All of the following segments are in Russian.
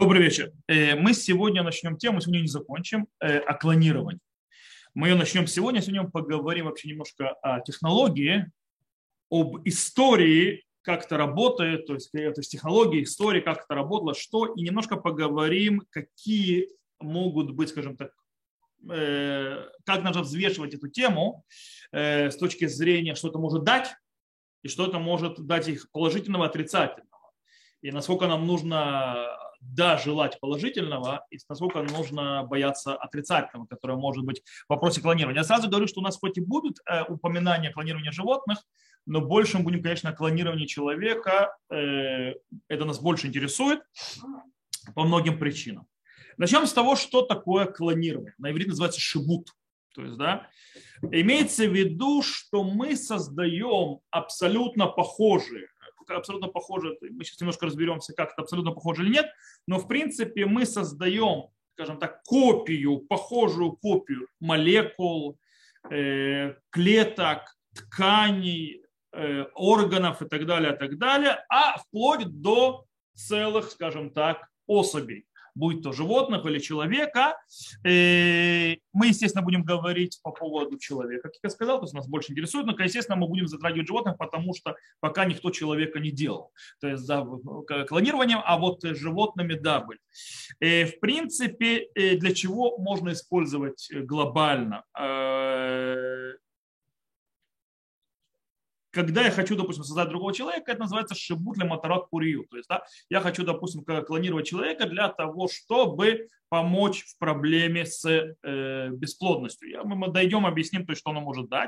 Добрый вечер. Мы сегодня начнем тему, сегодня не закончим, о клонировании. Мы ее начнем сегодня. Сегодня мы поговорим вообще немножко о технологии, об истории, как это работает, то есть технологии, истории, как это работало, что, и немножко поговорим, какие могут быть, скажем так, как нужно взвешивать эту тему с точки зрения, что это может дать, и что это может дать их положительного, отрицательного. И насколько нам нужно, да, желать положительного, и насколько нужно бояться отрицательного, которое может быть в вопросе клонирования. Я сразу говорю, что у нас хоть и будут упоминания клонирования животных, но больше мы будем, конечно, клонирование человека. Это нас больше интересует по многим причинам. Начнем с того, что такое клонирование. На иврите называется шибут. То есть, да, имеется в виду, что мы создаем абсолютно похожие, мы сейчас немножко разберемся, как это абсолютно похоже или нет, но в принципе мы создаем, скажем так, похожую копию молекул, клеток, тканей, органов и так далее, а вплоть до целых, скажем так, особей, будь то животных или человека. Мы, естественно, будем говорить по поводу человека, как я сказал, то есть нас больше интересует, но, естественно, мы будем затрагивать животных, потому что пока никто человека не делал. То есть да, клонированием, а вот животными, да, были. В принципе, для чего можно использовать глобально? Когда я хочу, допустим, создать другого человека, это называется шибут ле матарат пурию. То есть, да, я хочу, допустим, клонировать человека для того, чтобы помочь в проблеме с бесплодностью. Мы дойдем, объясним, то есть, что оно может дать.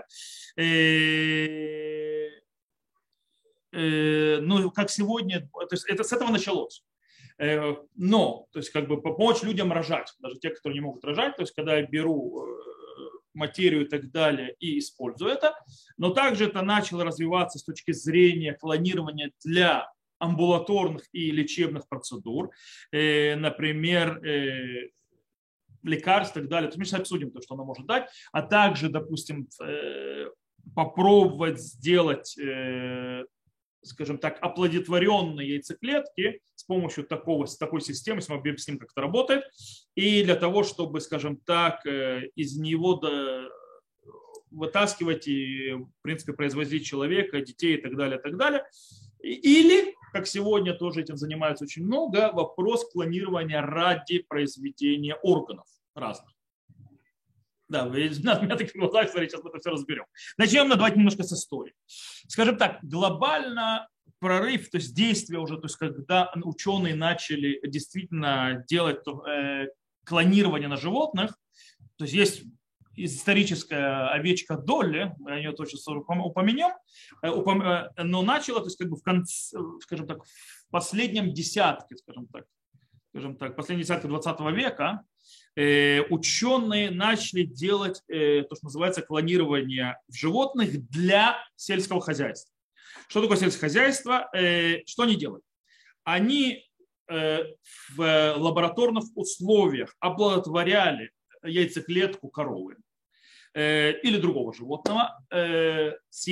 Ну, как сегодня, то есть, это с этого началось. Но, то есть, как бы помочь людям рожать, даже те, которые не могут рожать, то есть, когда я беру материю и так далее и использую это, но также это начало развиваться с точки зрения клонирования для амбулаторных и лечебных процедур, например, лекарств и так далее. То есть мы сейчас обсудим то, что оно может дать, а также, допустим, попробовать сделать, скажем так, оплодотворенные яйцеклетки с помощью такой системы, если мы объясним, как это работает, и для того, чтобы, скажем так, из него вытаскивать и, в принципе, производить человека, детей и так далее, и так далее. Или, как сегодня тоже этим занимаются очень много, вопрос клонирования ради произведения органов разных. Да, вы на меня такие глаза, смотрите, сейчас мы это все разберем. Начнем, давайте немножко с истории. Скажем так, глобально прорыв, то есть действие уже, то есть когда ученые начали действительно делать клонирование на животных, то есть историческая овечка Долли, мы ее тоже упомянем, но начало, то есть как бы в конце, скажем так, в последнем десятке, последнем десятке 20 века, ученые начали делать то, что называется клонирование животных для сельского хозяйства. Что такое сельское хозяйство? Что они делают? Они в лабораторных условиях оплодотворяли яйцеклетку коровы или другого животного с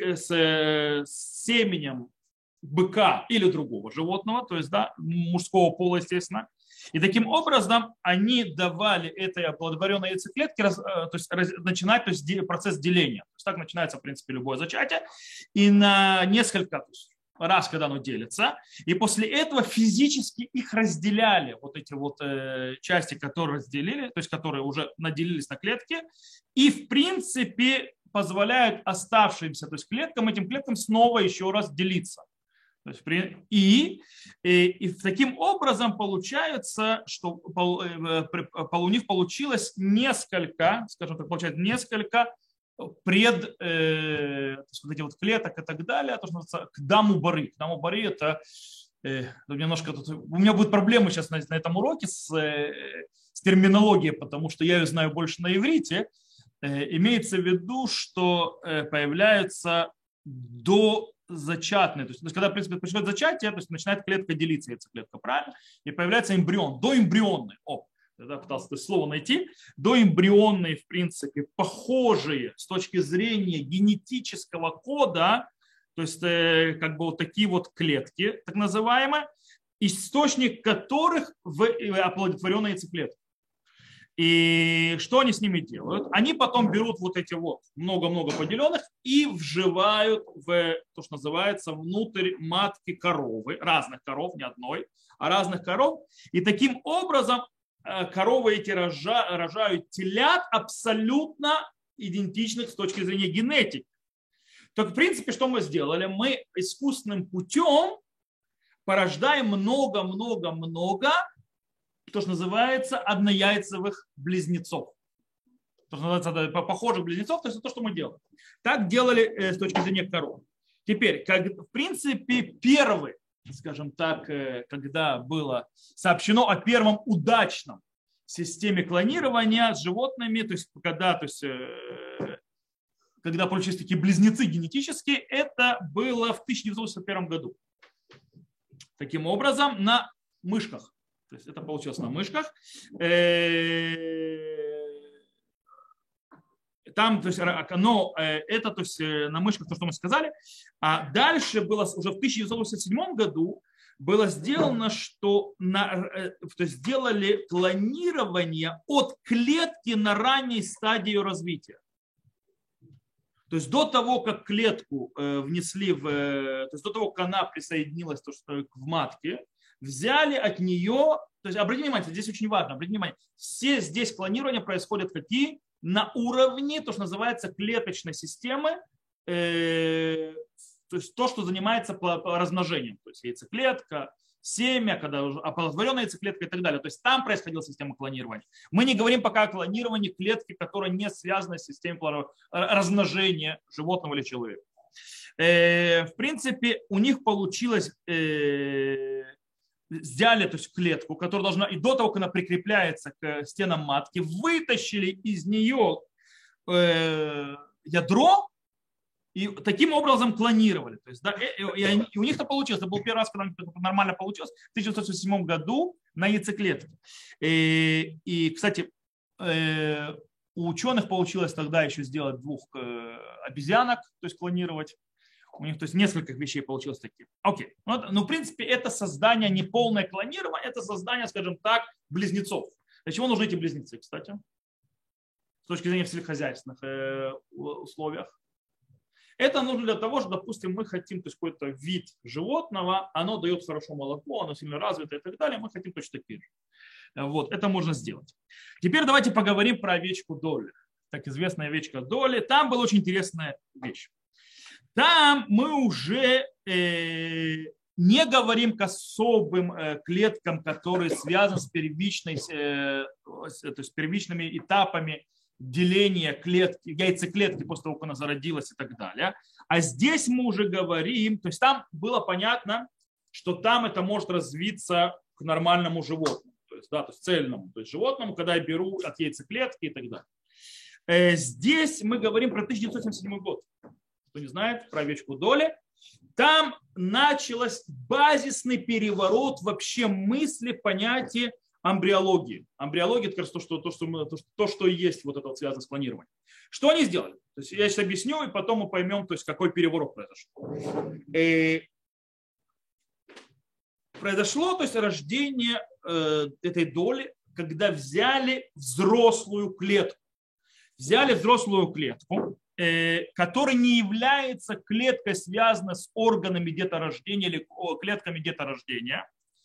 семенем быка или другого животного, то есть да, мужского пола, естественно. И таким образом они давали этой оплодотворенной яйцеклетке начинать, то есть процесс деления. То есть так начинается, в принципе, любое зачатие. И на несколько раз, когда оно делится, и после этого физически их разделяли, вот эти вот части, которые разделили, то есть которые уже наделились на клетки, и, в принципе, позволяют оставшимся, то есть этим клеткам снова еще раз делиться. То есть, и таким образом получается, что у них получилось несколько, скажем так, несколько вот эти вот клеток и так далее, то, что называется кдаму-бары. Кдаму-бары это немножко у меня будут проблемы сейчас на этом уроке с терминологией, потому что я ее знаю больше на иврите. Имеется в виду, что появляются дозачатные, то есть когда, в принципе, происходит зачатие, то есть начинает клетка делиться, яйцеклетка, правильно? И появляется эмбрион, доэмбрионный. Я пытался это слово найти. Доэмбрионные, в принципе, похожие с точки зрения генетического кода, то есть как бы вот такие вот клетки, так называемые, источник которых в оплодотворенные яйцеклетки. И что они с ними делают? Они потом берут вот эти вот много-много поделенных и вживают в то, что называется, внутрь матки коровы, разных коров, не одной, а разных коров. И таким образом коровы эти рожают телят абсолютно идентичных с точки зрения генетики. Так, в принципе, что мы сделали? Мы искусственным путем порождаем много-много-много, то, что называется, однояйцевых близнецов. То, что называется, похожих близнецов, то есть это то, что мы делаем. Так делали с точки зрения коров. Теперь, в принципе, первый, скажем так, когда было сообщено о первом удачном системе клонирования с животными, то есть когда получились такие близнецы генетические, это было в 1981 году. Таким образом, на мышках. То есть это получилось на мышках. Там, то есть, но это, то есть, на мышках, то, что мы сказали. А дальше было уже в 1987 году было сделано, что то есть, сделали клонирование от клетки на ранней стадии ее развития. То есть до того, как клетку внесли то есть до того, как она присоединилась то, что в матке, взяли от нее, то есть обратите внимание, здесь очень важно, обратите внимание, все здесь клонирования происходят какие? На уровне, то, что называется, клеточной системы, то есть то, что занимается размножением, то есть яйцеклетка, семя, когда уже оплодотворенная яйцеклетка и так далее. То есть там происходила система клонирования. Мы не говорим пока о клонировании клетки, которая не связана с системой размножения животного или человека. В принципе, у них получилось, взяли, то есть, клетку, которая должна, и до того, как она прикрепляется к стенам матки, вытащили из нее ядро, и таким образом клонировали. То есть, да, и у них это получилось. Это был первый раз, когда это нормально получилось, в 1987 году на яйцеклетке. И, кстати, у ученых получилось тогда еще сделать 2 обезьянок, то есть клонировать. У них, то есть, несколько вещей получилось таких. Окей. Но, в принципе, это создание не полное клонирование, это создание, скажем так, близнецов. Для чего нужны эти близнецы, кстати? С точки зрения сельскохозяйственных условиях. Это нужно для того, что, допустим, мы хотим, то есть какой-то вид животного, оно дает хорошо молоко, оно сильно развито и так далее, мы хотим точно такие же. Вот, это можно сделать. Теперь давайте поговорим про овечку Долли. Так известная овечка Долли. Там была очень интересная вещь. Там мы уже не говорим к особым клеткам, которые связаны с то есть первичными этапами деления клетки, яйцеклетки после того, как она зародилась и так далее. А здесь мы уже говорим, то есть там было понятно, что там это может развиться к нормальному животному, то есть, да, то есть цельному, то есть животному, когда я беру от яйцеклетки и так далее. Здесь мы говорим про 1977 год. Кто не знает, про овечку Долли. Там начался базисный переворот вообще мысли, понятия амбриологии. Амбриология – это как раз то, что и есть вот это вот связано с клонированием. Что они сделали? То есть я сейчас объясню, и потом мы поймем, то есть какой переворот произошел. Произошло, то есть рождение этой доли, когда взяли взрослую клетку. Взяли взрослую клетку, которая не является клеткой, связанной с органами деторождения или клетками деторождения.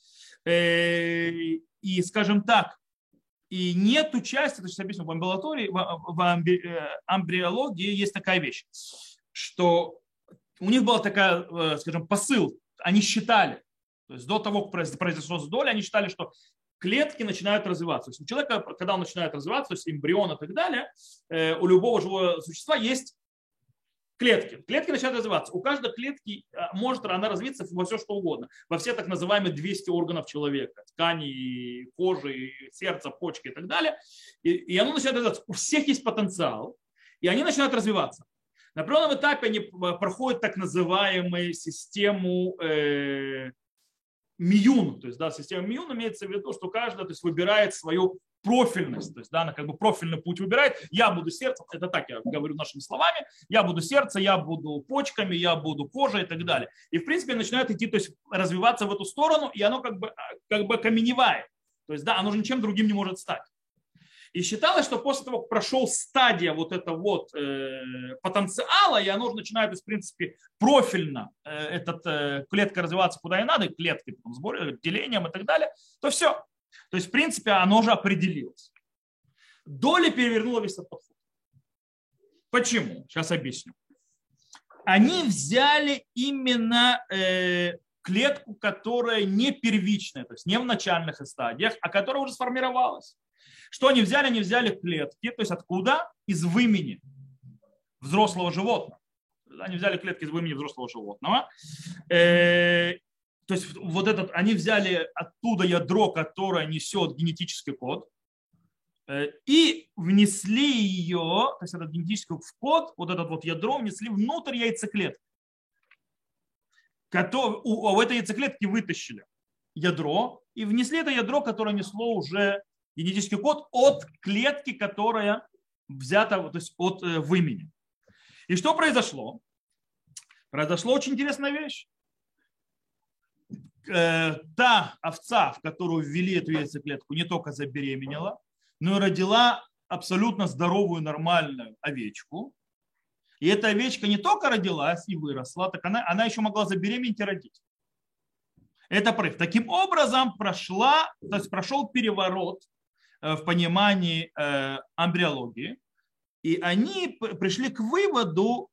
И, скажем так, и нет участия, то есть объясню, в амбулатории, в амбриологии есть такая вещь, что у них был такая, скажем, посыл, они считали, то есть до того, как произошло с долей, они считали, что клетки начинают развиваться. То есть у человека, когда он начинает развиваться, то есть эмбрион и так далее, у любого живого существа есть клетки. Клетки начинают развиваться. У каждой клетки может она развиться во все что угодно. Во все так называемые 200 органов человека. Ткани, кожи, сердца, почки и так далее. И оно начинает развиваться. У всех есть потенциал. И они начинают развиваться. На определенном этапе они проходят так называемую систему Миюн. То есть, да, система Миюн имеется в виду, что каждый, то есть, выбирает свою профильность, то есть да, она как бы профильный путь выбирает. Я буду сердцем, это так я говорю нашими словами, я буду сердце, я буду почками, я буду кожей и так далее. И в принципе начинает идти, то есть развиваться в эту сторону, и оно как бы окаменевает. То есть да, оно же ничем другим не может стать. И считалось, что после того, как прошел стадия вот этого вот потенциала, и оно уже начинает, то есть, в принципе, профильно клетка развиваться куда и надо, и клетки, там, делением и так далее, то все. То есть, в принципе, оно уже определилось. Доля перевернула весь этот подход. Почему? Сейчас объясню. Они взяли именно клетку, которая не первичная, то есть не в начальных стадиях, а которая уже сформировалась. Что они взяли? Они взяли клетки, то есть откуда? Из вымени взрослого животного. Они взяли клетки из вымени взрослого животного. То есть вот этот, они взяли оттуда ядро, которое несет генетический код, и внесли ее, то есть этот генетический код, вот этот вот ядро внесли внутрь яйцеклетки. У этой яйцеклетки вытащили ядро и внесли это ядро, которое несло уже генетический код от клетки, которая взята, то есть от вымени. И что произошло? Произошла очень интересная вещь. Та овца, в которую ввели эту яйцеклетку, не только забеременела, но и родила абсолютно здоровую, нормальную овечку. И эта овечка не только родилась и выросла, так она еще могла забеременеть и родить. Это прыг. Таким образом прошел переворот в понимании эмбриологии, и они пришли к выводу,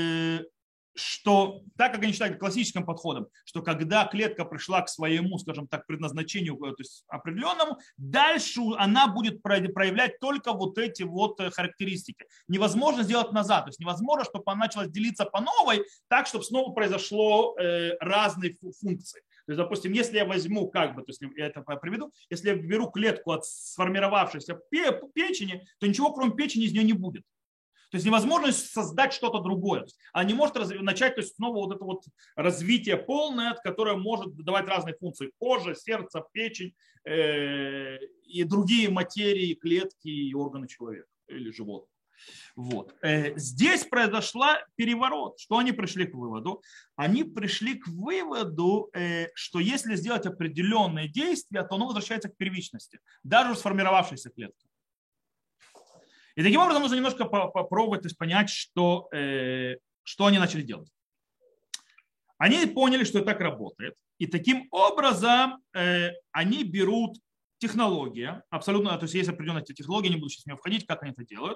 что, так как они считают классическим подходом, что когда клетка пришла к своему, скажем так, предназначению, то есть определенному, дальше она будет проявлять только вот эти вот характеристики. Невозможно сделать назад, то есть невозможно, чтобы она начала делиться по новой, так, чтобы снова произошло разные функции. То есть, допустим, если я возьму, как бы, то есть я это приведу, если я беру клетку от сформировавшейся печени, то ничего кроме печени из нее не будет. То есть невозможно создать что-то другое. Она не может начать, то есть снова вот это вот развитие полное, которое может давать разные функции. Кожа, сердце, печень и другие материи, клетки и органы человека или животного. Вот. Здесь произошел переворот. Что они пришли к выводу? Они пришли к выводу, что если сделать определенные действия, то оно возвращается к первичности, даже сформировавшейся клетки. И таким образом нужно немножко попробовать, то есть понять, что они начали делать. Они поняли, что это так работает. И таким образом они берут технологию, абсолютно, то есть есть определенная технология, не буду сейчас в нее входить, как они это делают,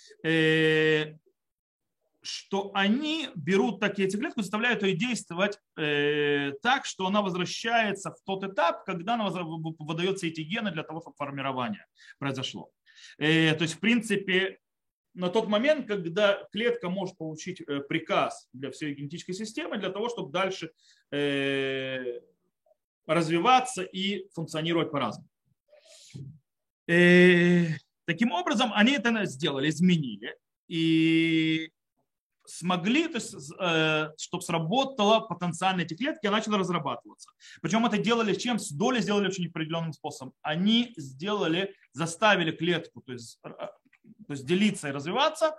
что они берут такие яйцеклетку, заставляют ее действовать так, что она возвращается в тот этап, когда она выдается эти гены для того, чтобы формирование произошло. То есть, в принципе, на тот момент, когда клетка может получить приказ для всей генетической системы, для того, чтобы дальше развиваться и функционировать по-разному. Таким образом, они это сделали, изменили и смогли, то есть, чтобы сработала потенциально эти клетки, начала разрабатываться. Причем это делали чем? С долей сделали очень определенным способом. Они заставили клетку, то есть делиться и развиваться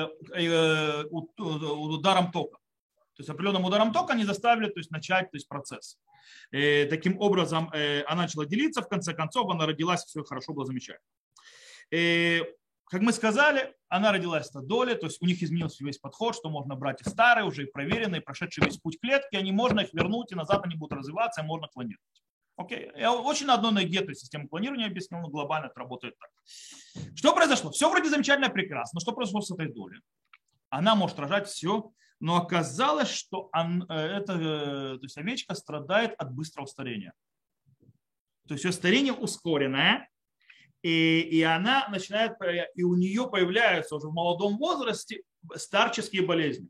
ударом тока. То есть определенным ударом тока они заставили, то есть, начать, то есть, процесс. Таким образом, она начала делиться, в конце концов, она родилась, все хорошо было замечательно. Как мы сказали, она родилась от доли, то есть у них изменился весь подход, что можно брать и старые, уже и проверенные, прошедшие весь путь клетки, они можно их вернуть, и назад они будут развиваться, и можно клонировать. Окей? Я очень на одной ноге, то есть систему клонирования объяснил, но глобально это работает так. Что произошло? Все вроде замечательно, прекрасно, но что произошло с этой долей? Она может рожать все, но оказалось, что то есть овечка страдает от быстрого старения. То есть ее старение ускоренное, и она начинает, и у нее появляются уже в молодом возрасте старческие болезни.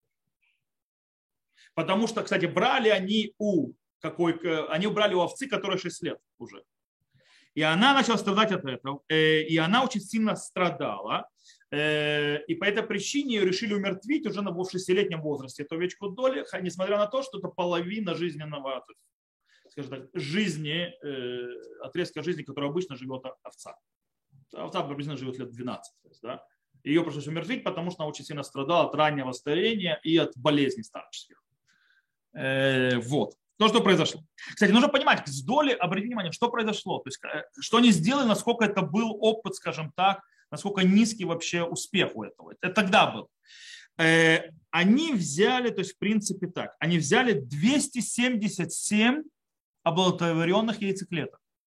Потому что, кстати, брали они брали у овцы, которая 6 лет уже. И она начала страдать от этого. И она очень сильно страдала. И по этой причине ее решили умертвить уже в 6-летнем возрасте эту овечку доли, несмотря на то, что это половина жизненного, скажем так, отрезка жизни, которая обычно живет овца. овца приблизительно живет лет 12. То есть, да? Ее пришлось умертвить, потому что она очень сильно страдала от раннего старения и от болезней старческих. Вот. То, что произошло. Кстати, нужно понимать, с доли, обратите внимание, что произошло. То есть, что они сделали, насколько это был опыт, скажем так, насколько низкий вообще успех у этого. Это тогда был. Они взяли, то есть, в принципе, так, они взяли 277 оплодотворенных яйцеклеток.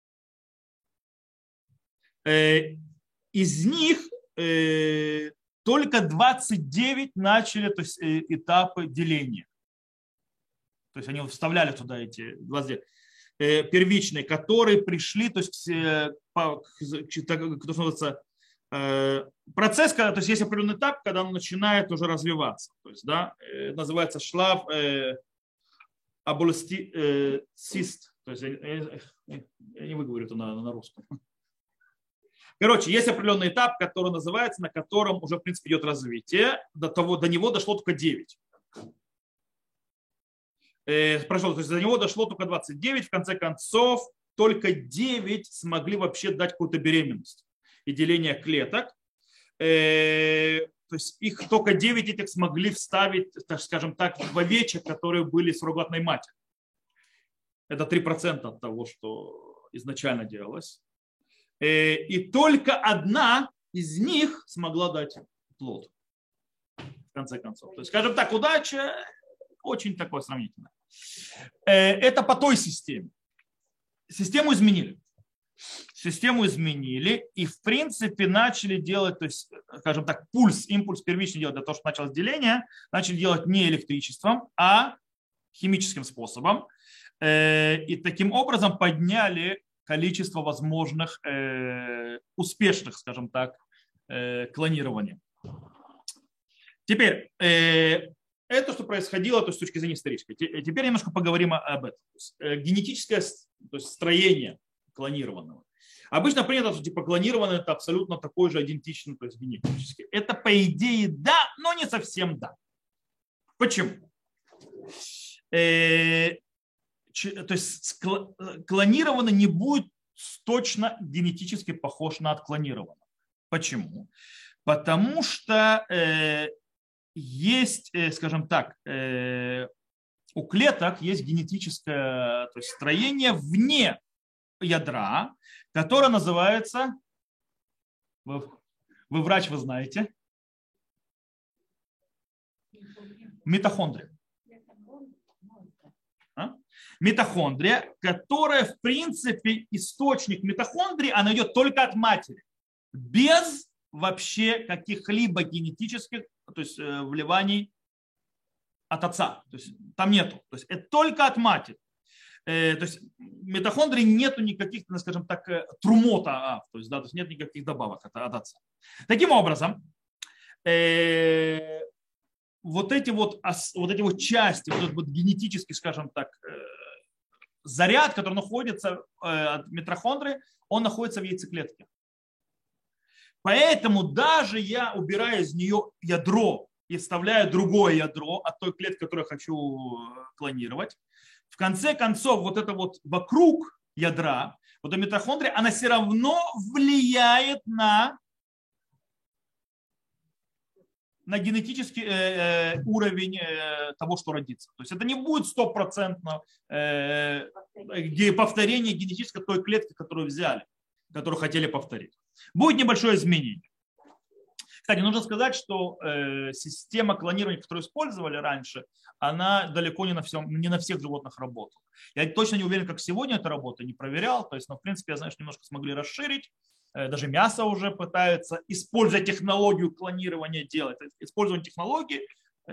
Из них только 29 начали, то есть, этапы деления. То есть они вставляли туда эти глаза первичные, которые пришли, то есть, что называется, процесс, то есть есть определенный этап, когда он начинает уже развиваться. То есть, да, называется шлав аболестицист. То есть я не выговорю это на русском. Короче, есть определенный этап, который называется, на котором уже, в принципе, идет развитие. До него дошло только 9. То есть до него дошло только 29. В конце концов, только 9 смогли вообще дать какую-то беременность и деление клеток. То есть их только 9 этих смогли вставить, так скажем так, в овечек, которые были суррогатной матерью. Это 3% от того, что изначально делалось. И только одна из них смогла дать плод. В конце концов. То есть, скажем так, удача очень такое сравнительное. Это по той системе. Систему изменили. И, в принципе, начали делать, то есть, скажем так, импульс первичный делать для того, чтобы началось деление, начали делать не электричеством, а химическим способом. И таким образом подняли количество возможных успешных, скажем так, клонирований. Теперь, это, что происходило, то есть, с точки зрения исторической. Теперь немножко поговорим об этом. Генетическое, то есть, строение клонированного. Обычно принято, что типа клонированное это абсолютно такой же идентичный, то есть генетически. Это по идее да, но не совсем да. Почему? То есть клонированный не будет точно генетически похож на отклонированного. Почему? Потому что есть, скажем так, у клеток есть генетическое, то есть, строение вне ядра, которое называется, вы врач, вы знаете, митохондрия. Митохондрия, которая, в принципе, источник митохондрии, она идет только от матери, без вообще каких-либо генетических, то есть, вливаний от отца. То есть там нету. То есть это только от матери. То есть митохондрии нету никаких, скажем так, трумота, то есть, да, то есть нет никаких добавок от отца. Таким образом, вот эти вот части, вот этот вот генетический, скажем так, заряд, который находится от митохондрии, он находится в яйцеклетке. Поэтому даже я убираю из нее ядро и вставляю другое ядро от той клетки, которую я хочу клонировать, в конце концов вот это вот вокруг ядра, вот эта митохондрия, она все равно влияет на генетический уровень того, что родится. То есть это не будет стопроцентно повторение генетической той клетки, которую взяли, которую хотели повторить. Будет небольшое изменение. Кстати, нужно сказать, что система клонирования, которую использовали раньше, она далеко не на всех животных работала. Я точно не уверен, как сегодня это работает, не проверял. То есть, но, в принципе, я знаю, что немножко смогли расширить. Даже мясо уже пытаются, используя технологию клонирования, делать. Использование технологии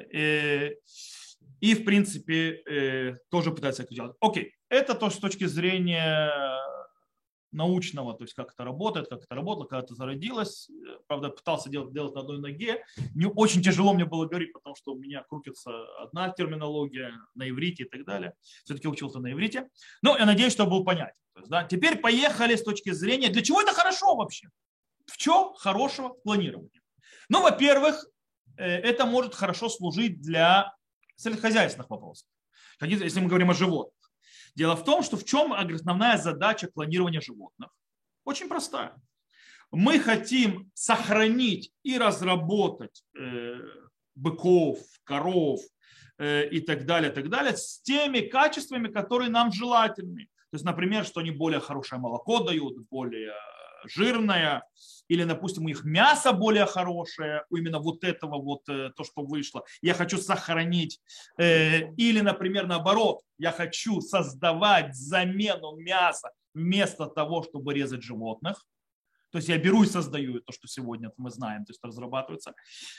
и, в принципе, тоже пытаются это делать. Окей, это то, с точки зрения научного, то есть как это работает, как это работало, когда это зародилось. Правда, пытался делать на одной ноге. Не очень тяжело мне было говорить, потому что у меня крутится одна терминология на иврите и так далее. Все-таки учился на иврите. Но я надеюсь, что был понятен. То есть, да, теперь поехали с точки зрения, для чего это хорошо вообще? В чем хорошего планирования? Ну, во-первых, это может хорошо служить для сельскохозяйственных вопросов. Если мы говорим о животных. Дело в том, что в чем основная задача клонирования животных? Очень простая. мы хотим сохранить и разработать быков, коров и так далее, с теми качествами, которые нам желательны. То есть, например, что они более хорошее молоко дают, более жирное, или, допустим, у них мясо более хорошее, именно вот этого вот, то, что вышло, я хочу сохранить. Или, например, наоборот, я хочу создавать замену мяса вместо того, чтобы резать животных. То есть я беру и создаю то, что сегодня мы знаем, то есть разрабатывается.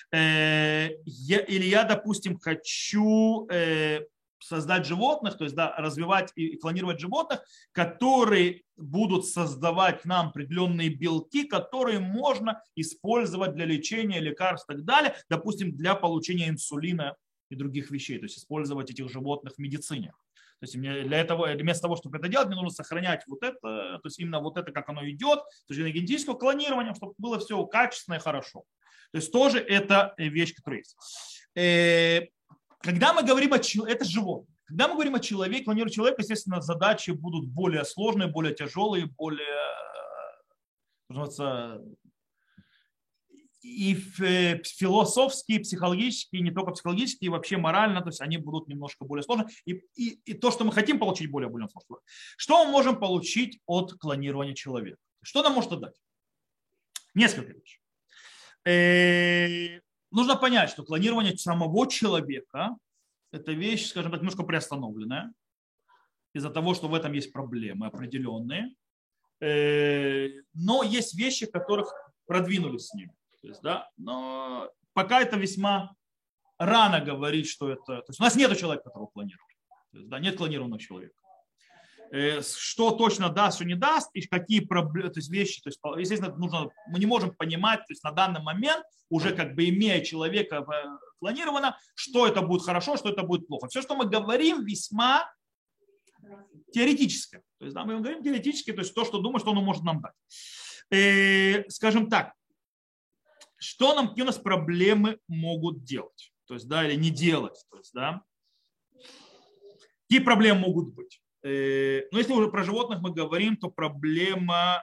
Или я, допустим, хочу создать животных, то есть да, развивать и клонировать животных, которые будут создавать нам определенные белки, которые можно использовать для лечения, лекарств и так далее, допустим, для получения инсулина и других вещей, то есть использовать этих животных в медицине. То есть для этого, вместо того, чтобы это делать, мне нужно сохранять вот это, то есть именно вот это, как оно идет, то есть генетического клонирования, чтобы было все качественно и хорошо. То есть тоже это вещь, которая есть. Когда мы говорим о человеке, это животное. Когда мы говорим о человеке, клонировании человека, естественно, задачи будут более сложные, более тяжелые, более, и философские, и психологические, и не только психологические, и вообще морально, то есть они будут немножко более сложные. И то, что мы хотим получить, более сложно. Что мы можем получить от клонирования человека? Что нам может дать? Несколько вещей. Нужно понять, что клонирование самого человека – это вещь, скажем так, немножко приостановленная из-за того, что в этом есть проблемы определенные. Но есть вещи, которых продвинулись с ними. То есть, да, но пока это весьма рано говорить, что это… То есть у нас нет человека, которого клонируют. То есть, да, нет клонированного человека. Что точно даст, что не даст, и какие проблемы, то есть вещи, то есть, естественно, мы не можем понимать, то есть на данный момент, уже как бы имея человека клонировано, что это будет хорошо, что это будет плохо. Все, что мы говорим, весьма теоретическое. То есть, да, мы говорим теоретически, то есть то, что думаем, что оно может нам дать. Скажем так, какие у нас проблемы могут делать, то есть, да, или не делать, то есть, да, какие проблемы могут быть. Но если уже про животных мы говорим, то проблема,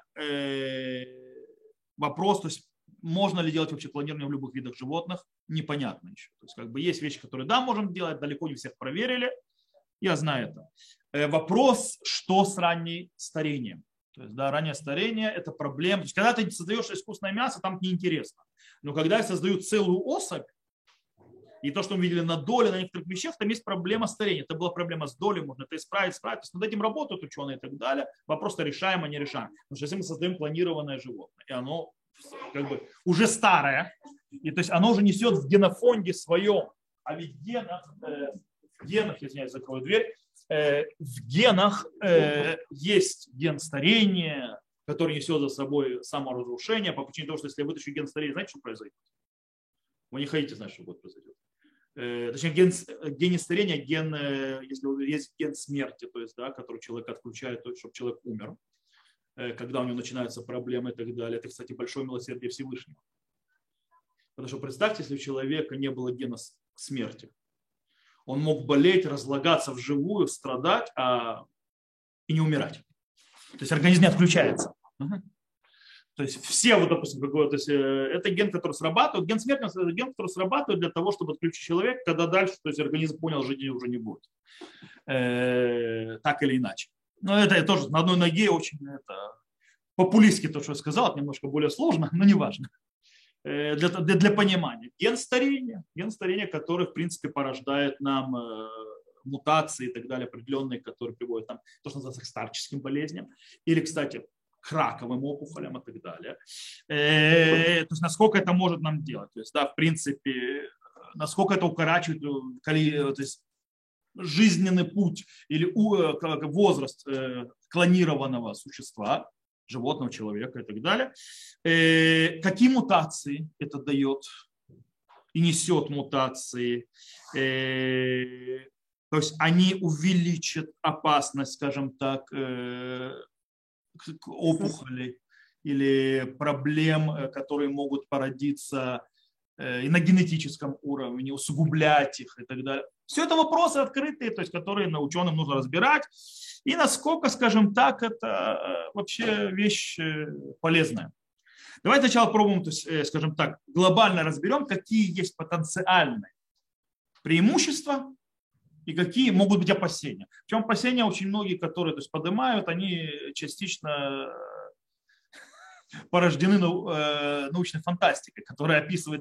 вопрос, то есть можно ли делать вообще клонирование в любых видах животных, непонятно еще. То есть как бы есть вещи, которые да, можем делать, далеко не всех проверили, я знаю это. Вопрос, что с ранним старением. То есть, да, раннее старение – это проблема. То есть, когда ты создаешь искусственное мясо, там неинтересно. Но когда я создаю целую особь, и то, что мы видели на доле, на некоторых вещах, там есть проблема старения. Это была проблема с долей, можно это исправить. То есть над этим работают ученые и так далее. Вопрос-то решаем, а не решаем. Потому что если мы создаем клонированное животное, и оно как бы уже старое, и то есть оно уже несет в генофонде своем, а ведь в генах, если я закрою дверь, в генах есть ген старения, который несет за собой саморазрушение по причине того, что если я вытащу ген старения, знаете, что произойдет? Вы не хотите знать, что будет произойти. Точнее, ген старения, если есть ген смерти, то есть, да, который человек отключает, то есть, чтобы человек умер, когда у него начинаются проблемы и так далее. Это, кстати, большое милосердие Всевышнего. Потому что представьте, если у человека не было гена смерти, он мог болеть, разлагаться вживую, страдать, и не умирать. То есть организм не отключается. То есть все, вот, допустим, то есть это ген, который срабатывает, ген смерти, это ген, который срабатывает для того, чтобы отключить человека, когда дальше, то есть организм понял, жизни уже не будет. Так или иначе. Но это тоже на одной ноге очень популистски то, что я сказал, это немножко более сложно, но не важно. Для понимания. Ген старения, который, в принципе, порождает нам мутации и так далее, определенные, которые приводят там, то, что называется, к старческим болезням. Или, кстати, к раковым опухолям и так далее. То есть насколько это может нам делать. То есть, да, в принципе, насколько это укорачивает то есть, жизненный путь или возраст клонированного существа, животного, человека и так далее. Какие мутации это дает и несет мутации. То есть они увеличат опасность, скажем так, опухолей или проблем, которые могут породиться и на генетическом уровне, усугублять их и так далее. Все это вопросы открытые, то есть, которые ученым нужно разбирать. И насколько, скажем так, это вообще вещь полезная. Давайте сначала пробуем, то есть, скажем так, глобально разберем, какие есть потенциальные преимущества и какие могут быть опасения. Причем опасения очень многие, которые то есть, поднимают, они частично порождены научной фантастикой, которая описывает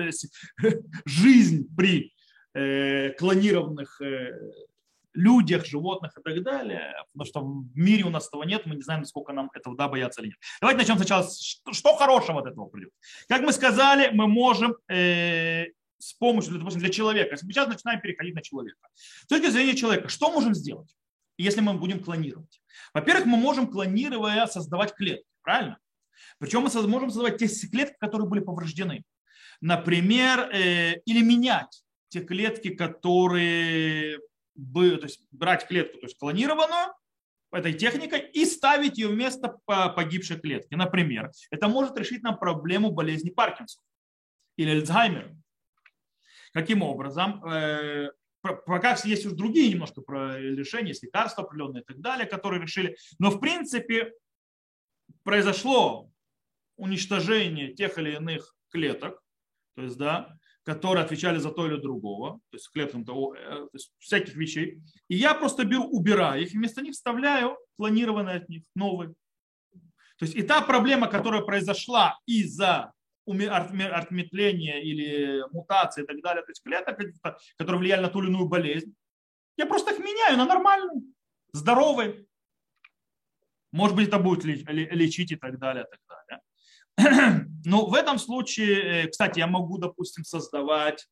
жизнь при клонированных людях, животных и так далее, потому что в мире у нас этого нет, мы не знаем, насколько нам этого бояться или нет. Давайте начнем сначала, что хорошего от этого придет. Как мы сказали, мы можем с помощью, допустим, для человека, сейчас начинаем переходить на человека. С точки зрения человека, что можем сделать, если мы будем клонировать? Во-первых, мы можем, клонируя, создавать клетки, правильно? Причем мы можем создавать те клетки, которые были повреждены. Например, или менять те клетки, которые то есть брать клетку, то есть клонированную, этой техникой, и ставить ее вместо погибшей клетки. Например, это может решить нам проблему болезни Паркинсона или Альцгеймера. Каким образом? Пока есть уже другие немножко решения, есть лекарства определенные и так далее, которые решили. Но в принципе произошло уничтожение тех или иных клеток, то есть, да, которые отвечали за то или другого, то есть клеткам то есть всяких вещей. И я просто беру, убираю их, и вместо них вставляю клонированные от них новые. То есть и та проблема, которая произошла из-за отметления или мутации и так далее, то есть клеток, которые влияли на ту или иную болезнь, я просто их меняю на нормальные, здоровые. Может быть, это будет лечить и так далее, и так далее. Но в этом случае, кстати, я могу, допустим, создавать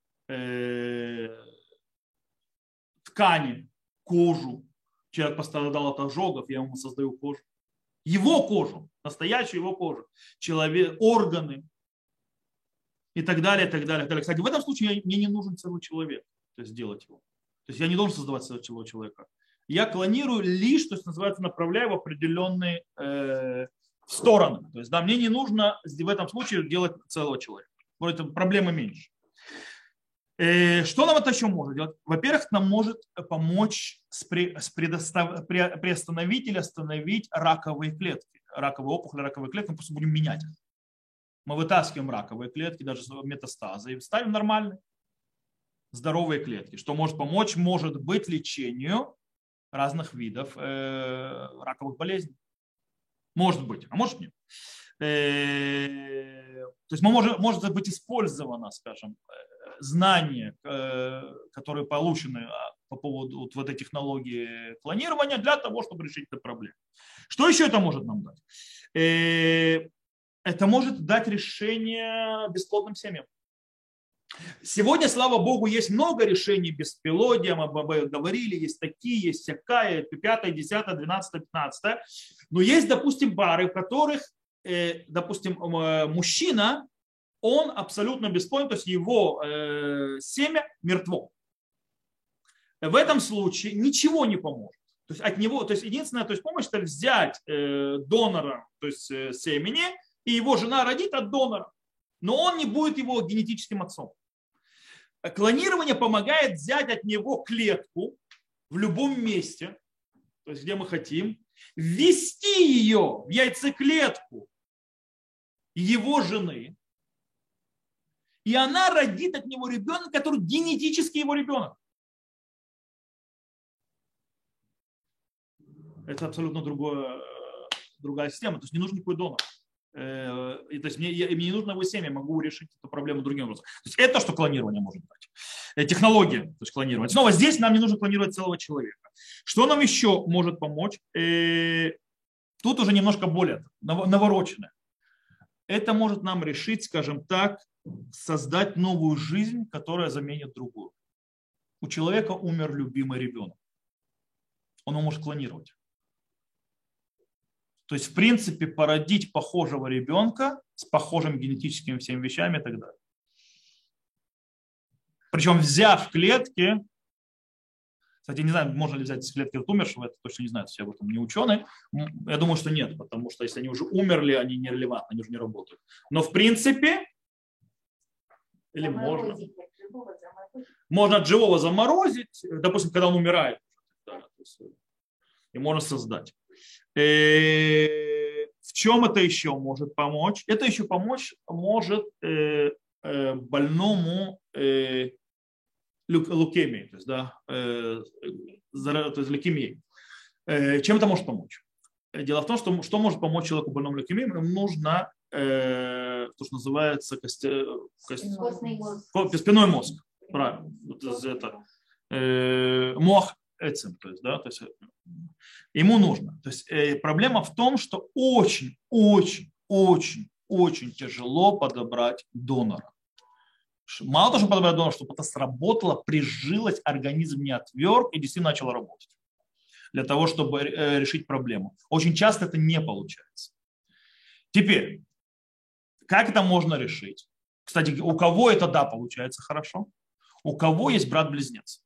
ткани, кожу. Человек пострадал от ожогов, я ему создаю кожу. Его кожу, настоящую его кожу. Человек, органы и так далее, и так далее, и так далее. Кстати, в этом случае мне не нужен целый человек, то есть сделать его. То есть я не должен создавать целого человека. Я клонирую лишь, то есть называется, направляю в определенные стороны. То есть, да, мне не нужно в этом случае делать целого человека. Это проблемы меньше. Что нам это еще может делать? Во-первых, нам может помочь приостановить или остановить раковые клетки. Раковые опухоли, раковые клетки, мы просто будем менять их. Мы вытаскиваем раковые клетки, даже метастазы, и ставим нормальные, здоровые клетки. Что может помочь? Может быть лечению разных видов раковых болезней. Может быть, а может нет. То есть может быть использовано, скажем, знания, которые получены по поводу вот этой технологии клонирования для того, чтобы решить эту проблему. Что еще это может нам дать? Это может дать решение бесплодным семьям. Сегодня, слава богу, есть много решений бесплодия, мы об этом говорили, есть такие, есть всякая, 5, 10, 12, 15. Но есть, допустим, пары, в которых, допустим, мужчина, он абсолютно бесплоден, то есть его семя мертво. В этом случае ничего не поможет. То есть от него, то есть единственная, то есть помощь, это взять донора, то есть семени, и его жена родит от донора. Но он не будет его генетическим отцом. Клонирование помогает взять от него клетку в любом месте, то есть где мы хотим, ввести ее в яйцеклетку его жены, и она родит от него ребенка, который генетически его ребенок. Это абсолютно другая система, то есть не нужен никакой донор. То есть мне не нужно его семя, я могу решить эту проблему другим образом. То есть это что клонирование может дать. Технология, то есть клонировать. Снова здесь нам не нужно клонировать целого человека. Что нам еще может помочь? Тут уже немножко более навороченное. Это может нам решить, скажем так, создать новую жизнь, которая заменит другую. У человека умер любимый ребенок. Он его может клонировать. То есть, в принципе, породить похожего ребенка с похожими генетическими всеми вещами и так далее. Причем, взяв клетки, кстати, не знаю, можно ли взять клетки от умершего, это точно не знаю, я об этом не ученый. Я думаю, что нет, потому что если они уже умерли, они не релевантны, они уже не работают. Но, в принципе, или можно от живого заморозить, допустим, когда он умирает, и можно создать. В чем это еще может помочь? Это еще помочь может больному лукемии, то есть, да, то есть лейкемии. Чем это может помочь? Дело в том, что может помочь человеку больному лейкемией, ему нужно то, что называется спинной мозг. Правильно. Это, мох эцем, то есть, да, то есть ему нужно. То есть проблема в том, что очень тяжело подобрать донора. Мало того, что подобрать донора, чтобы это сработало, прижилось, организм не отверг и действительно начал работать для того, чтобы решить проблему. Очень часто это не получается. Теперь, как это можно решить? Кстати, у кого это да получается хорошо? У кого есть брат-близнец?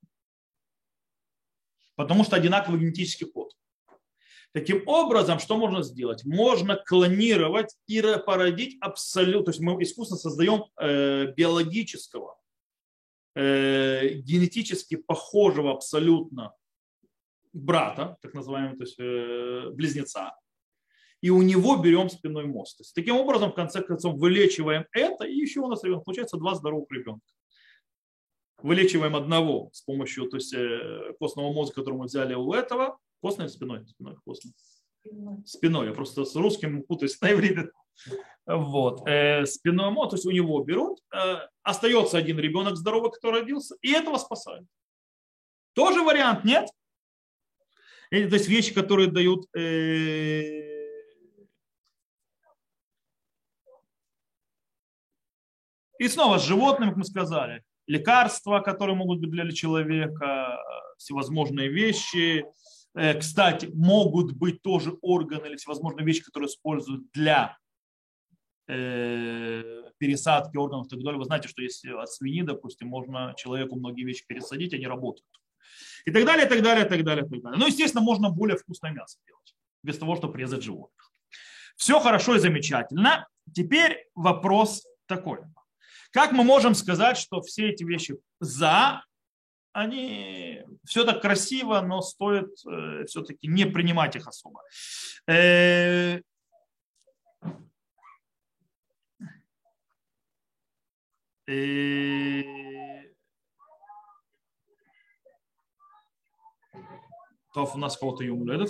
Потому что одинаковый генетический код. Таким образом, что можно сделать? Можно клонировать и породить абсолютно, то есть мы искусственно создаем биологического, генетически похожего абсолютно брата, так называемого, то есть близнеца, и у него берем спинной мозг. То есть, таким образом, в конце концов, вылечиваем это, и еще у нас ребенок. Получается 2 здоровых ребенка. Вылечиваем одного с помощью, то есть, костного мозга, который мы взяли у этого. Костной или спиной? Костной. Спиной. Я просто с русским путаюсь на иврите. Вот. Спиной мозг, то есть у него берут. Остается один ребенок здоровый, который родился, и этого спасают. Тоже вариант, нет? То есть вещи, которые дают и снова с животными, как мы сказали, лекарства, которые могут быть для человека, всевозможные вещи. Кстати, могут быть тоже органы или всевозможные вещи, которые используют для пересадки органов и так далее. Вы знаете, что если от свиньи, допустим, можно человеку многие вещи пересадить, они работают. И так далее, и так далее, и так далее, и так далее. Ну, естественно, можно более вкусное мясо делать, без того, чтобы резать животных. Все хорошо и замечательно. Теперь вопрос такой. Как мы можем сказать, что все эти вещи за, они все так красиво, но стоит все-таки не принимать их особо. То у нас кого-то юм этот.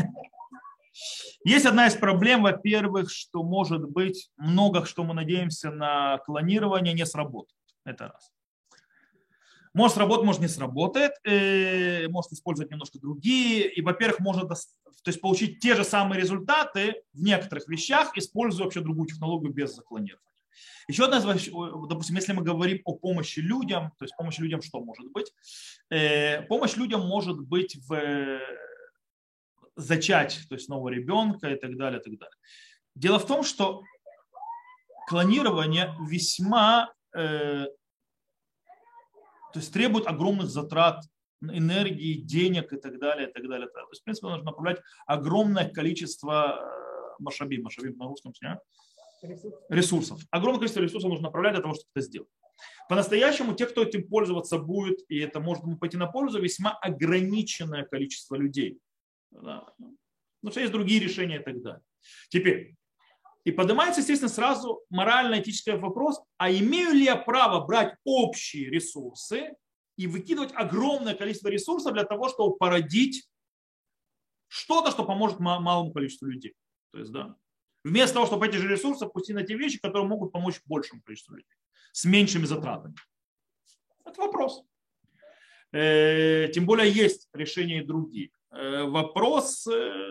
Есть одна из проблем, во-первых, что может быть много, что мы надеемся на клонирование, не сработает. Это раз. Может сработать, может не сработает, может использовать немножко другие. И, во-первых, может то есть получить те же самые результаты в некоторых вещах, используя вообще другую технологию без клонирования. Еще одна из, допустим, если мы говорим о помощи людям, то есть помощь людям что может быть? Помощь людям может быть в зачать, то есть нового ребенка и так далее, и так далее. Дело в том, что клонирование весьма, то есть требует огромных затрат энергии, денег и так далее, и так далее. То есть, в принципе, нужно направлять огромное количество машабим на русском, ресурсов. Огромное количество ресурсов нужно направлять для того, чтобы это сделать. По-настоящему, те, кто этим пользоваться будет, и это может ему пойти на пользу, весьма ограниченное количество людей. Да. Потому что есть другие решения и так далее. Теперь, и поднимается, естественно, сразу морально-этический вопрос, а имею ли я право брать общие ресурсы и выкидывать огромное количество ресурсов для того, чтобы породить что-то, что поможет малому количеству людей. То есть, да, вместо того, чтобы эти же ресурсы пустить на те вещи, которые могут помочь большему количеству людей с меньшими затратами. Это вопрос. Тем более есть решения и другие. Вопрос,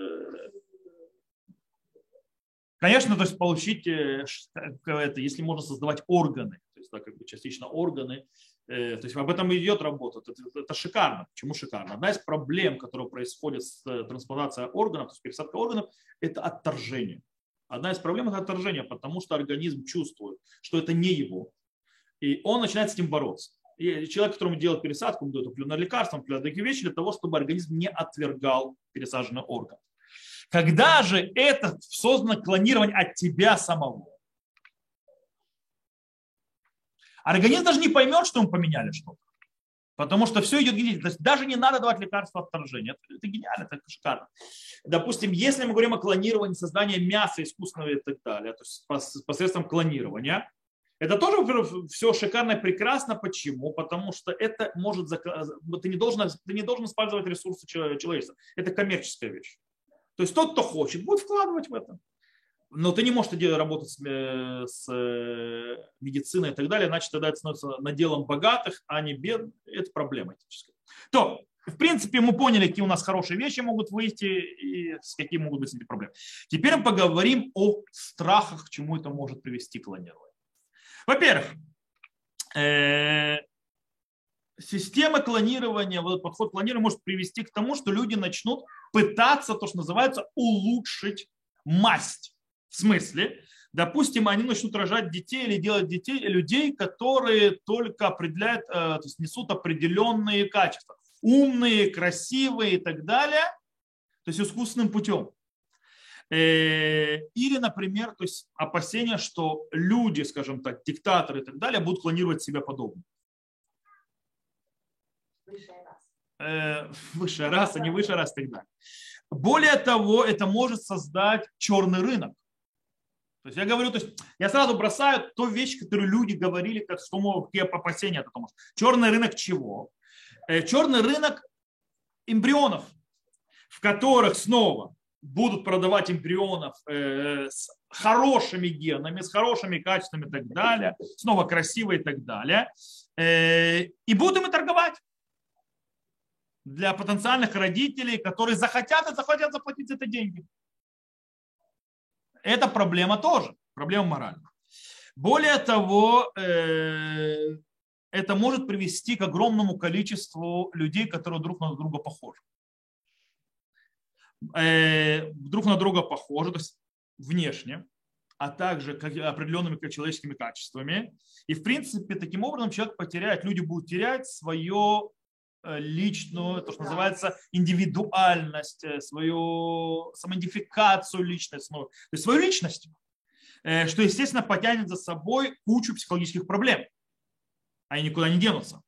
конечно, то есть получить, если можно создавать органы, то есть, да, как бы частично органы, то есть об этом идет работа, это шикарно. Почему шикарно? Одна из проблем, которая происходит с трансплантацией органов, то есть пересадка органов, это отторжение. Одна из проблем – это отторжение, потому что организм чувствует, что это не его, и он начинает с этим бороться. И человек, которому делают пересадку, ему дают определенное лекарство, определенные такие вещи для того, чтобы организм не отвергал пересаженный орган. Когда же это создано клонирование от тебя самого? Организм даже не поймет, что мы поменяли что-то. Потому что все идет генетически. То есть даже не надо давать лекарства отторжения. Это гениально, это шикарно. Допустим, если мы говорим о клонировании, создании мяса искусственного и так далее, то есть посредством клонирования, это тоже, во-первых, все шикарно и прекрасно. Почему? Потому что это может... Ты не должен использовать ресурсы человечества. Это коммерческая вещь. То есть тот, кто хочет, будет вкладывать в это. Но ты не можешь работать с медициной и так далее, иначе тогда это становится наделом богатых, а не бедных. Это проблема этическая. То, в принципе, мы поняли, какие у нас хорошие вещи могут выйти и с какими могут быть эти проблемы. Теперь мы поговорим о страхах, к чему это может привести клонирование. Во-первых, система клонирования, вот подход клонирования может привести к тому, что люди начнут пытаться, то, что называется, улучшить масть. В смысле, допустим, они начнут рожать детей или делать детей людей, которые только определяют, то есть несут определенные качества. Умные, красивые и так далее, то есть искусственным путем. Или, например, то есть опасения, что люди, скажем так, диктаторы и так далее, будут клонировать себя подобно. Высшая раса, не высшая раса и так далее. Более того, это может создать черный рынок. То есть я говорю, то есть я сразу бросаю ту вещь, которую люди говорили, как что какие опасения. Черный рынок чего? Черный рынок эмбрионов, в которых снова будут продавать эмбрионов с хорошими генами, с хорошими качествами и так далее, снова красивые и так далее, и будут ими торговать для потенциальных родителей, которые захотят заплатить за это деньги. Это проблема тоже, проблема моральная. Более того, это может привести к огромному количеству людей, которые друг на друга похожи. Друг на друга похожи, то есть внешне, а также определенными человеческими качествами. И, в принципе, таким образом человек потеряет, люди будут терять свою личную, то, что называется, индивидуальность, свою самоидентификацию личности, то есть свою личность, что, естественно, потянет за собой кучу психологических проблем. Они никуда не денутся.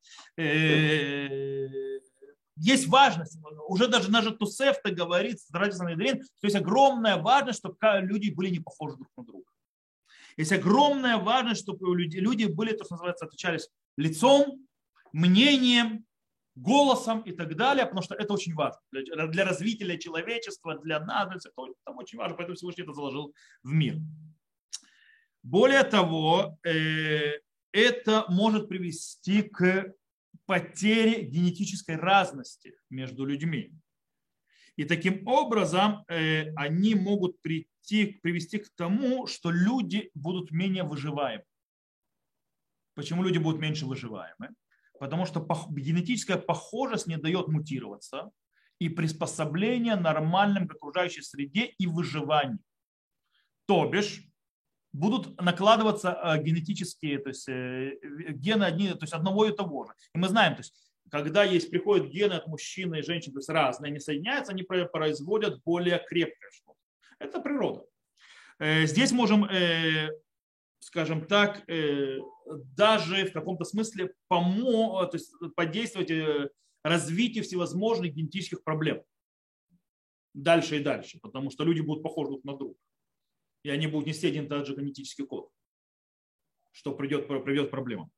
Есть важность, уже даже Тусефта говорит, что есть огромная важность, чтобы люди были не похожи друг на друга. Есть огромная важность, чтобы люди были, то, что называется, отличались лицом, мнением, голосом и так далее, потому что это очень важно для развития человечества, для нас, это очень важно, поэтому Всевышний это заложил в мир. Более того, это может привести к потере генетической разности между людьми. И таким образом они могут привести к тому, что люди будут менее выживаемы. Почему люди будут меньше выживаемы? Потому что генетическая похожесть не дает мутироваться и приспособление нормальным к окружающей среде и выживанию. То бишь будут накладываться генетические, то есть гены одни, то есть одного и того же. И мы знаем, то есть когда приходят гены от мужчины и женщин, то есть разные, они соединяются, они производят более крепкое что-то. Это природа. Здесь можем, скажем так, даже в каком-то смысле то есть подействовать развитию всевозможных генетических проблем дальше и дальше, потому что люди будут похожи друг на друга. И они будут нести один и тот же генетический код, что приведет к проблемам.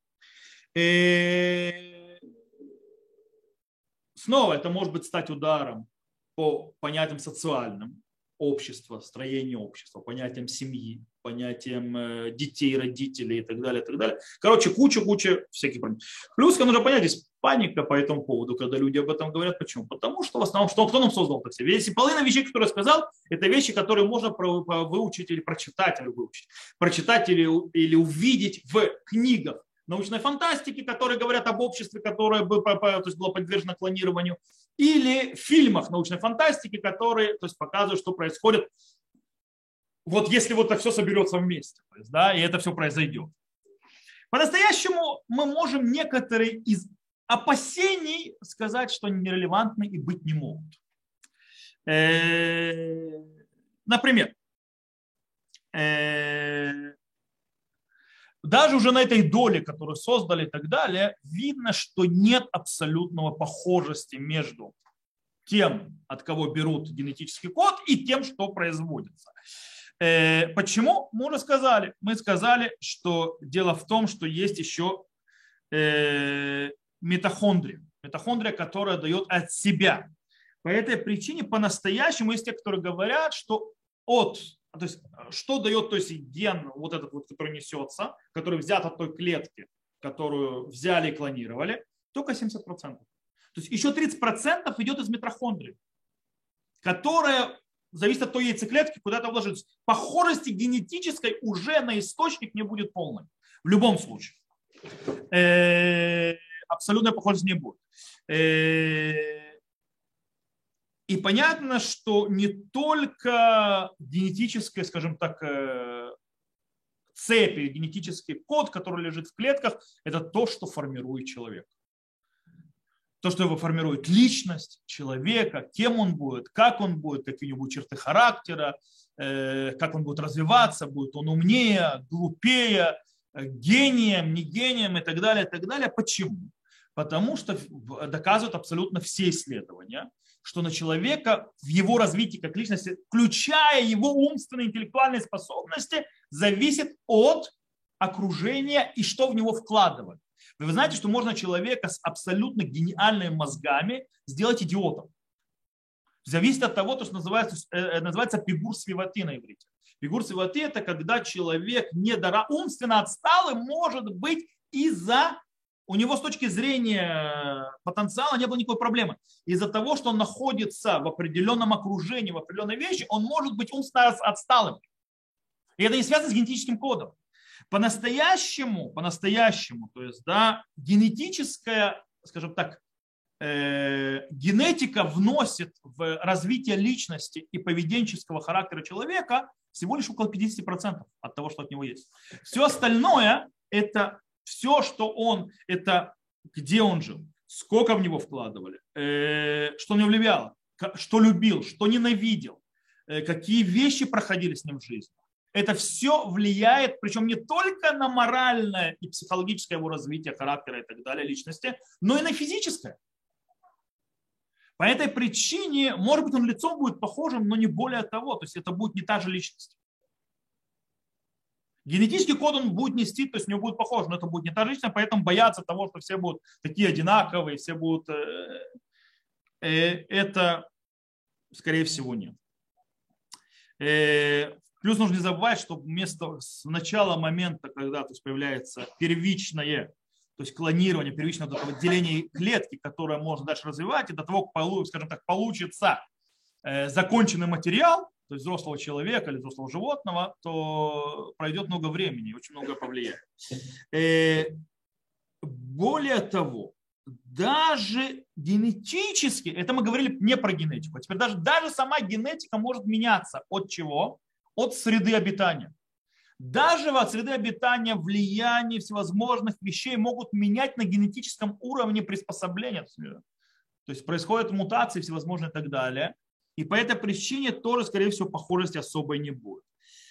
Снова это может быть стать ударом по понятиям социальным общества, строению общества, понятиям семьи, понятиям детей, родителей и так далее, и так далее. Короче, куча всяких проблем. Плюс, нужно понять, здесь паника по этому поводу, когда люди об этом говорят. Почему? Потому что в основном, кто нам создал это все? Если половина вещей, которые я сказал, это вещи, которые можно выучить или прочитать, или увидеть в книгах научной фантастики, которые говорят об обществе, которое было подвержено клонированию, или в фильмах научной фантастики, которые показывают, что происходит, вот если вот это все соберется вместе, то есть, да, и это все произойдет. По-настоящему мы можем некоторые из опасений сказать, что нерелевантны и быть не могут. Например, даже уже на этой доле, которую создали и так далее, видно, что нет абсолютного похожести между тем, от кого берут генетический код, и тем, что производится. Почему? Мы уже сказали. Мы сказали, что дело в том, что есть еще митохондрия. Митохондрия, которая дает от себя. По этой причине по-настоящему есть те, которые говорят, что то есть, что дает, то есть ген, вот этот вот, который несется, который взят от той клетки, которую взяли и клонировали, только 70%. То есть еще 30% идет из митохондрии, которая зависит от той яйцеклетки, куда это вложится. Похожести генетической уже на источник не будет полной. В любом случае. Абсолютной похожести не будет. И понятно, что не только генетическая, скажем так, цепь, генетический код, который лежит в клетках, это то, что формирует человека. То, что его формирует личность человека, кем он будет, какие у него будут черты характера, как он будет развиваться, будет он умнее, глупее, гением, не гением и так далее, и так далее. Почему? Потому что доказывают абсолютно все исследования, что на человека в его развитии как личности, включая его умственные интеллектуальные способности, зависит от окружения и что в него вкладывать. Вы знаете, что можно человека с абсолютно гениальными мозгами сделать идиотом. Зависит от того, что называется пигур свивати на иврите. Пигур свивати – это когда человек умственно отсталый может быть из-за у него с точки зрения потенциала не было никакой проблемы. Из-за того, что он находится в определенном окружении, в определенной вещи, он может быть умственно отсталым. И это не связано с генетическим кодом. По-настоящему, то есть, да, генетическая, скажем так, генетика вносит в развитие личности и поведенческого характера человека всего лишь около 50% от того, что от него есть. Все остальное – это все, что это где он жил, сколько в него вкладывали, что на него влияло, что любил, что ненавидел, какие вещи проходили с ним в жизни. Это все влияет, причем не только на моральное и психологическое его развитие характера и так далее, личности, но и на физическое. По этой причине, может быть, он лицом будет похожим, но не более того. То есть это будет не та же личность. Генетический код он будет нести, то есть у него будет похож, но это будет не та же личность, поэтому бояться того, что все будут такие одинаковые, все будут... Это, скорее всего, нет. Плюс нужно не забывать, что с начала момента, когда то есть, появляется первичное, то есть клонирование, первичное вот это деление клетки, которое можно дальше развивать, и до того, как, скажем так, получится законченный материал, то есть взрослого человека или взрослого животного, то пройдет много времени и очень много повлияет. Более того, даже генетически, это мы говорили не про генетику, а теперь даже сама генетика может меняться от чего? От среды обитания. Даже от среды обитания влияние всевозможных вещей могут менять на генетическом уровне приспособления. То есть происходят мутации всевозможные и так далее. И по этой причине тоже, скорее всего, похожести особой не будет.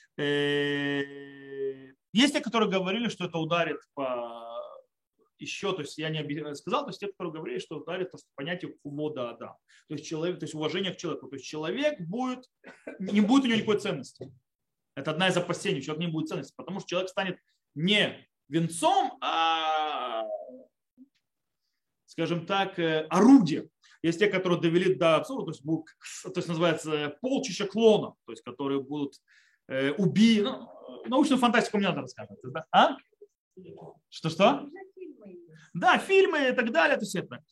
Есть те, которые говорили, что это ударит по еще, то есть я не сказал, то есть те, которые говорили, что ударит по понятию кувода Адам. То есть человек, то есть уважение к человеку. То есть человек не будет у него никакой ценности. Это одна из опасений, человек не будет ценности, потому что человек станет не венцом, а, скажем так, орудием. Есть те, которые довели до абсурда, то есть называется полчища клонов, то есть которые будут убить. Научную фантастику мне надо рассказывать. Да? А? Что? Да, фильмы и так далее. То есть это.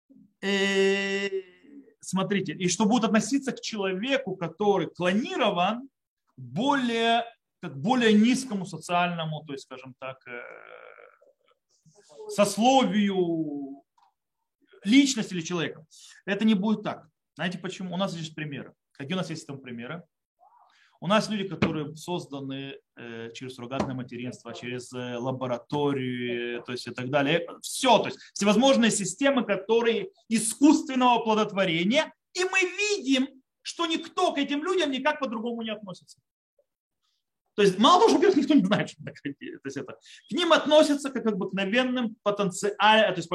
Смотрите, и что будут относиться к человеку, который клонирован, более низкому социальному, то есть, скажем так, сословию личности или человека. Это не будет так. Знаете почему? У нас есть примеры. Какие у нас есть там примеры? У нас люди, которые созданы через суррогатное материнство, через лабораторию, то есть и так далее. Все, то есть всевозможные системы, которые искусственного оплодотворения, и мы видим, что никто к этим людям никак по-другому не относится. То есть мало того, что, во-первых, никто не знает, что такое. То есть это, к ним относятся как к обыкновенным потенциально, то есть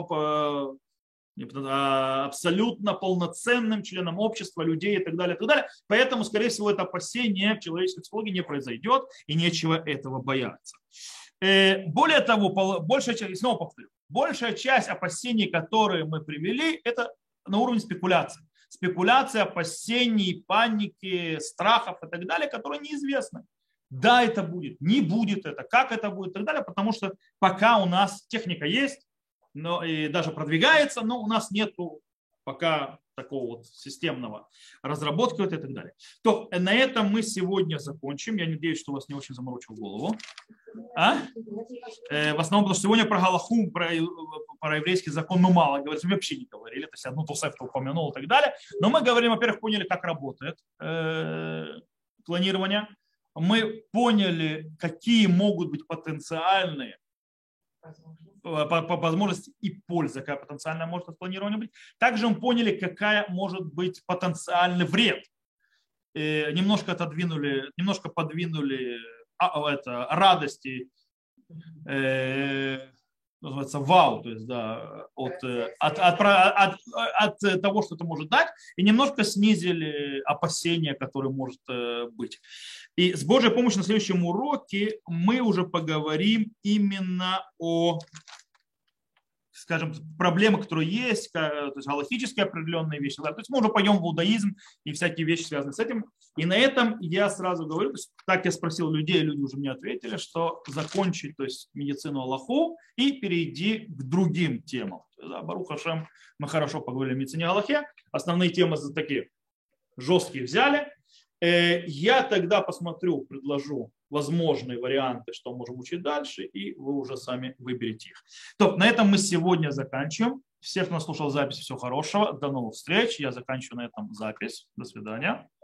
абсолютно полноценным членам общества, людей и так далее, и так далее. Поэтому, скорее всего, это опасение в человеческой психологии не произойдет и нечего этого бояться. Более того, большая часть, снова повторю, большая часть опасений, которые мы привели, это на уровне спекуляций. Спекуляции, опасений, паники, страхов и так далее, которые неизвестны. Да, это будет, не будет это, как это будет и так далее, потому что пока у нас техника есть, но и даже продвигается, но у нас нет пока такого вот системного разработки и так далее. То на этом мы сегодня закончим. Я надеюсь, что вас не очень заморочил голову. В основном, потому что сегодня про Галаху, про еврейский закон мы мало говорили, мы вообще не говорили, то есть одну Тосефту упомянул и так далее. Но мы говорим, во-первых, поняли, как работает планирование. Мы поняли, какие могут быть потенциальные по возможности и польза, какая потенциальная может от планирования быть. Также мы поняли, какая может быть потенциальный вред. Немножко подвинули радости, называется вау, то есть да, от того, что это может дать, и немножко снизили опасения, которые может быть. И с Божьей помощью на следующем уроке мы уже поговорим именно о, скажем, проблемах, которые есть, то есть галахические определенные вещи. То есть мы уже пойдем в иудаизм и всякие вещи, связанные с этим. И на этом я сразу говорю, то есть, так я спросил людей, люди уже мне ответили, что закончить, то есть медицину Аллаху и перейди к другим темам. Да, Барух Хашем, мы хорошо поговорили о медицине Аллахе. Основные темы такие жесткие взяли. Я тогда посмотрю, предложу возможные варианты, что можем учить дальше, и вы уже сами выберете их. То, на этом мы сегодня заканчиваем. Всех, кто нас слушал запись, всего хорошего. До новых встреч. Я заканчиваю на этом запись. До свидания.